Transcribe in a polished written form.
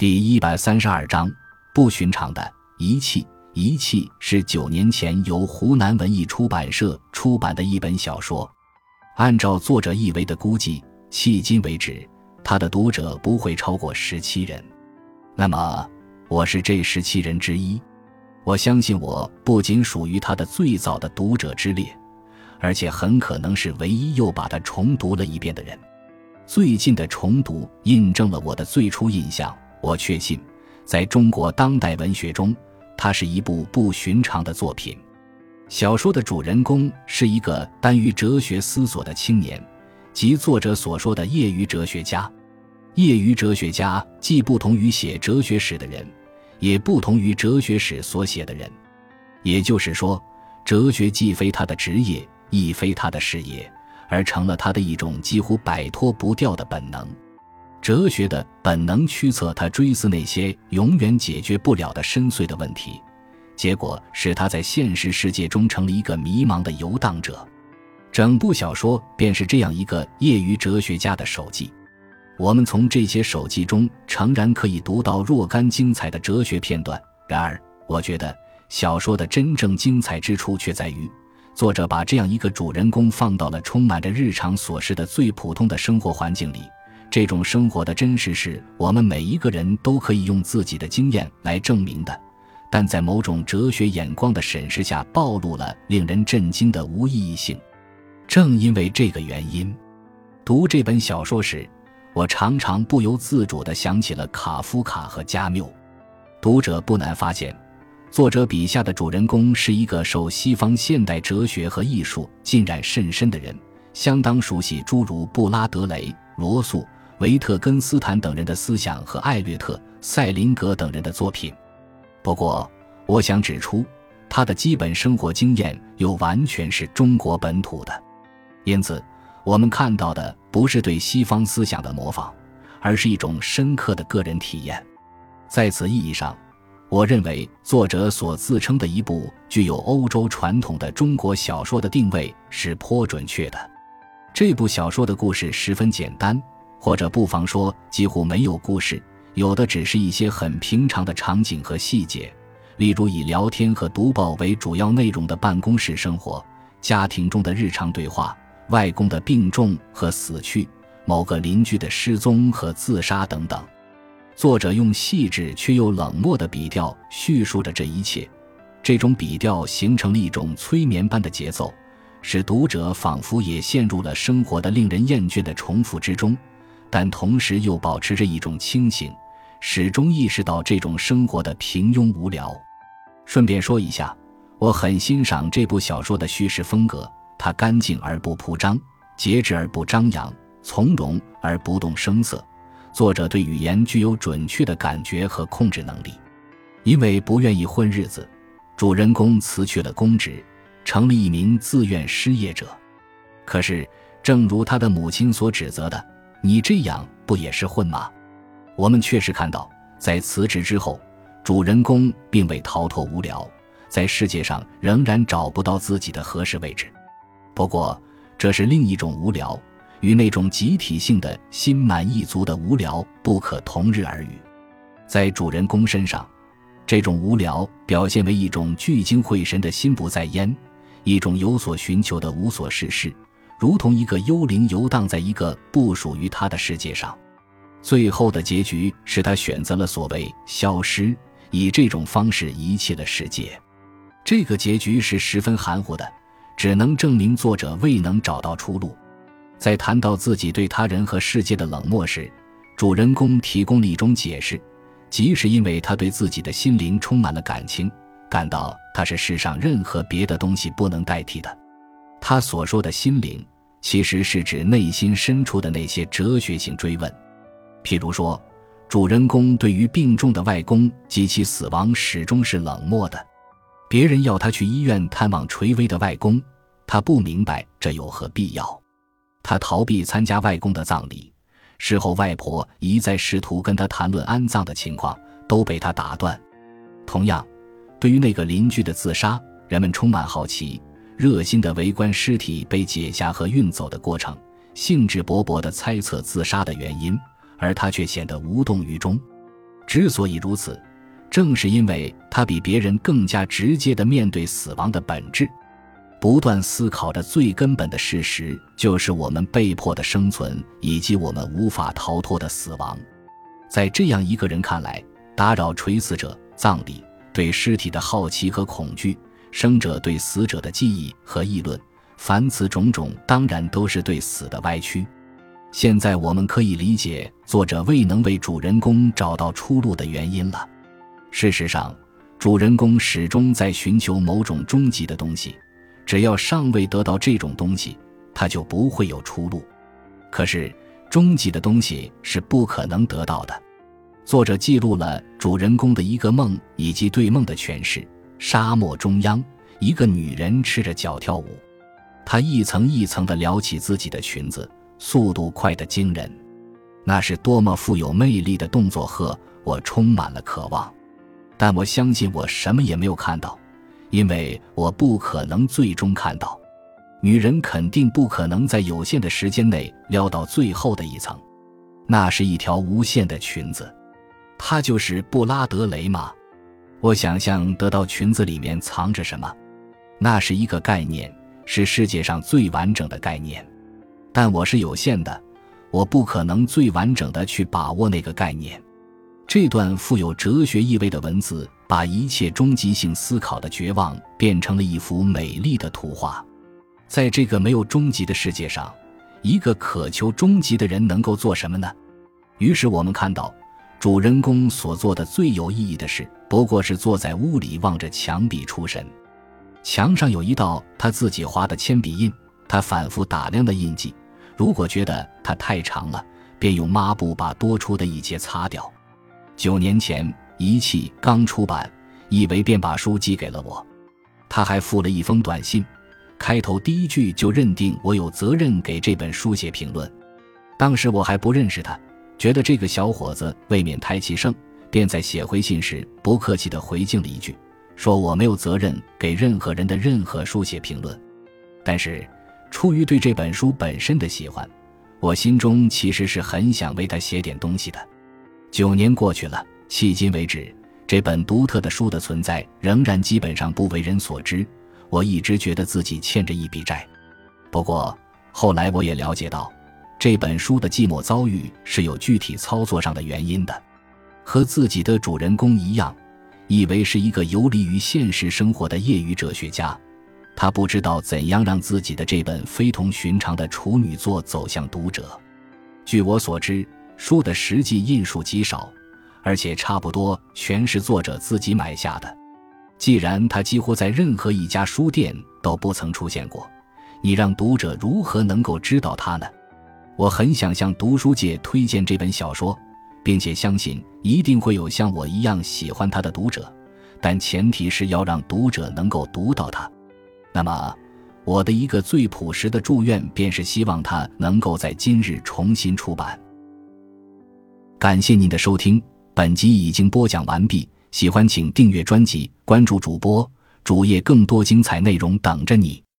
第132章不寻常的遗弃。遗弃是9年前由湖南文艺出版社出版的一本小说。按照作者易为的估计，迄今为止他的读者不会超过17人。那么我是这17人之一。我相信我不仅属于他的最早的读者之列，而且很可能是唯一又把它重读了一遍的人。最近的重读印证了我的最初印象，我确信在中国当代文学中，它是一部不寻常的作品。小说的主人公是一个耽于哲学思索的青年，即作者所说的业余哲学家。业余哲学家既不同于写哲学史的人，也不同于哲学史所写的人。也就是说，哲学既非他的职业，亦非他的事业，而成了他的一种几乎摆脱不掉的本能。哲学的本能驱策他追思那些永远解决不了的深邃的问题，结果使他在现实世界中成了一个迷茫的游荡者。整部小说便是这样一个业余哲学家的手记。我们从这些手记中诚然可以读到若干精彩的哲学片段，然而我觉得小说的真正精彩之处却在于作者把这样一个主人公放到了充满着日常琐事的最普通的生活环境里。这种生活的真实是我们每一个人都可以用自己的经验来证明的，但在某种哲学眼光的审视下暴露了令人震惊的无意义性。正因为这个原因，读这本小说时，我常常不由自主地想起了卡夫卡和加缪。读者不难发现，作者笔下的主人公是一个受西方现代哲学和艺术浸染甚深的人，相当熟悉诸如布拉德雷、罗素、维特根斯坦等人的思想和艾略特、塞林格等人的作品。不过我想指出，他的基本生活经验又完全是中国本土的，因此我们看到的不是对西方思想的模仿，而是一种深刻的个人体验。在此意义上，我认为作者所自称的一部具有欧洲传统的中国小说的定位是颇准确的。这部小说的故事十分简单，或者不妨说几乎没有故事，有的只是一些很平常的场景和细节，例如以聊天和读报为主要内容的办公室生活，家庭中的日常对话，外公的病重和死去，某个邻居的失踪和自杀等等。作者用细致却又冷漠的笔调叙述着这一切，这种笔调形成了一种催眠般的节奏，使读者仿佛也陷入了生活的令人厌倦的重复之中，但同时又保持着一种清醒，始终意识到这种生活的平庸无聊。顺便说一下，我很欣赏这部小说的叙事风格，它干净而不铺张，节制而不张扬，从容而不动声色。作者对语言具有准确的感觉和控制能力。因为不愿意混日子，主人公辞去了公职，成了一名自愿失业者。可是正如他的母亲所指责的，你这样不也是混吗？我们确实看到，在辞职之后，主人公并未逃脱无聊，在世界上仍然找不到自己的合适位置。不过这是另一种无聊，与那种集体性的心满意足的无聊不可同日而语。在主人公身上，这种无聊表现为一种聚精会神的心不在焉，一种有所寻求的无所事事，如同一个幽灵游荡在一个不属于他的世界上。最后的结局是他选择了所谓消失，以这种方式遗弃了世界。这个结局是十分含糊的，只能证明作者未能找到出路。在谈到自己对他人和世界的冷漠时，主人公提供了一种解释，即是因为他对自己的心灵充满了感情，感到它是世上任何别的东西不能代替的。他所说的心灵，其实是指内心深处的那些哲学性追问。譬如说，主人公对于病重的外公及其死亡始终是冷漠的。别人要他去医院探望垂危的外公，他不明白这有何必要。他逃避参加外公的葬礼，事后外婆一再试图跟他谈论安葬的情况，都被他打断。同样，对于那个邻居的自杀，人们充满好奇，热心地围观尸体被解下和运走的过程，兴致勃勃地猜测自杀的原因，而他却显得无动于衷。 之所以如此，正是因为他比别人更加直接地面对死亡的本质，不断思考着最根本的事实，就是我们被迫的生存以及我们无法逃脱的死亡。在这样一个人看来，打扰垂死者、葬礼、对尸体的好奇和恐惧，生者对死者的记忆和议论，凡此种种当然都是对死的歪曲。现在我们可以理解作者未能为主人公找到出路的原因了。事实上，主人公始终在寻求某种终极的东西，只要尚未得到这种东西，他就不会有出路。可是终极的东西是不可能得到的。作者记录了主人公的一个梦以及对梦的诠释。沙漠中央，一个女人赤着脚跳舞，她一层一层地撩起自己的裙子，速度快得惊人。那是多么富有魅力的动作，和我充满了渴望。但我相信我什么也没有看到，因为我不可能最终看到。女人肯定不可能在有限的时间内撩到最后的一层，那是一条无限的裙子。她就是布拉德雷吗？我想象得到裙子里面藏着什么，那是一个概念，是世界上最完整的概念。但我是有限的，我不可能最完整的去把握那个概念。这段富有哲学意味的文字，把一切终极性思考的绝望变成了一幅美丽的图画。在这个没有终极的世界上，一个渴求终极的人能够做什么呢？于是我们看到，主人公所做的最有意义的事，不过是坐在屋里望着墙壁出神。墙上有一道他自己划的铅笔印，他反复打量的印记，如果觉得它太长了，便用抹布把多出的一截擦掉。9年前，遗弃刚出版，以为便把书寄给了我。他还附了一封短信，开头第一句就认定我有责任给这本书写评论。当时我还不认识他，觉得这个小伙子未免太气盛，便在写回信时不客气地回敬了一句，说我没有责任给任何人的任何书写评论。但是出于对这本书本身的喜欢，我心中其实是很想为他写点东西的。9年过去了，迄今为止，这本独特的书的存在仍然基本上不为人所知，我一直觉得自己欠着一笔债。不过后来我也了解到，这本书的寂寞遭遇是有具体操作上的原因的。和自己的主人公一样，以为是一个游离于现实生活的业余哲学家，他不知道怎样让自己的这本非同寻常的处女作走向读者。据我所知，书的实际印数极少，而且差不多全是作者自己买下的。既然他几乎在任何一家书店都不曾出现过，你让读者如何能够知道他呢？我很想向读书界推荐这本小说，并且相信一定会有像我一样喜欢他的读者，但前提是要让读者能够读到他。那么我的一个最朴实的祝愿便是希望他能够在今日重新出版。感谢您的收听，本集已经播讲完毕，喜欢请订阅专辑，关注主播，主页更多精彩内容等着你。